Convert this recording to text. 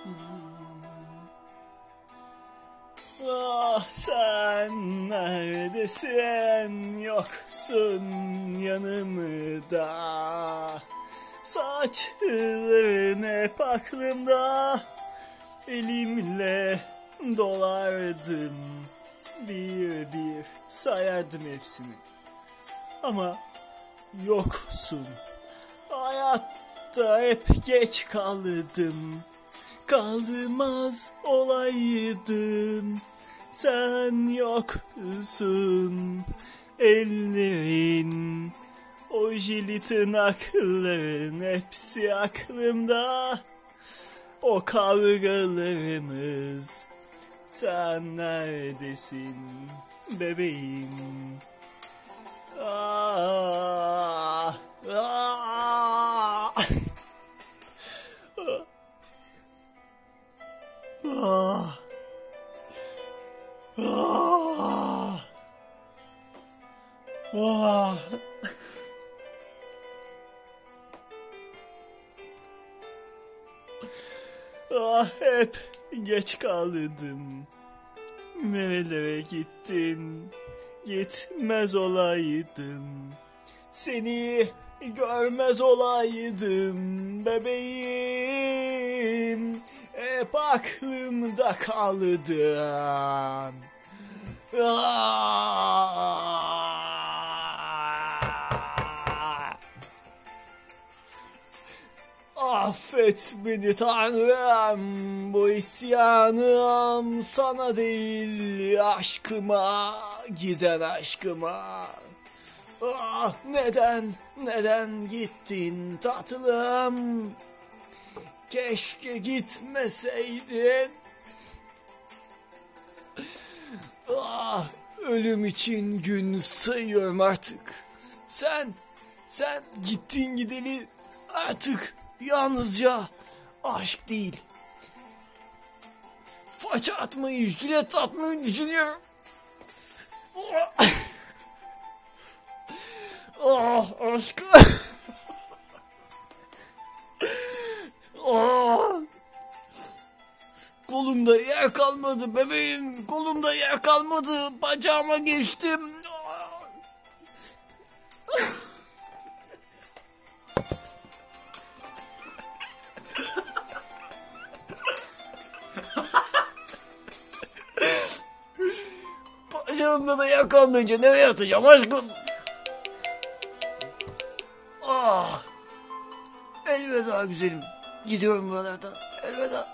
Ah, sen neredesin, yoksun yanımda. Saçların hep aklımda, elimle dolardım, bir bir sayardım hepsini. Ama yoksun, hayatta hep geç kaldım, kaldırmaz olaydım. Sen yoksun, ellerin, o jeli tırnakların hepsi aklımda. O kavgalarımız, sen neredesin bebeğim? Ah, ah, ah, ah, ah. Ah, hep geç kaldım. Nerelere gittin? Gitmez olaydın. Seni görmez olaydım bebeğim. Hep aklımda kaldın. Ah! Affet beni Tanrım, bu isyanım sana değil, aşkıma, giden aşkıma. Ah, neden gittin tatlım? Keşke gitmeseydin. Ah, ölüm için gün sayıyorum artık. Sen gittin gideli artık yalnızca aşk değil, faça atmayı, jilet atmayı düşünüyorum. Ah, aşkım. Ah. Kolumda yer kalmadı bebeğim, kolumda yer kalmadı, bacağıma geçtim. Bacağımda da yer kalmayınca nereye atacağım aşkım? Ah, elveda güzelim, gidiyorum buralardan, elveda.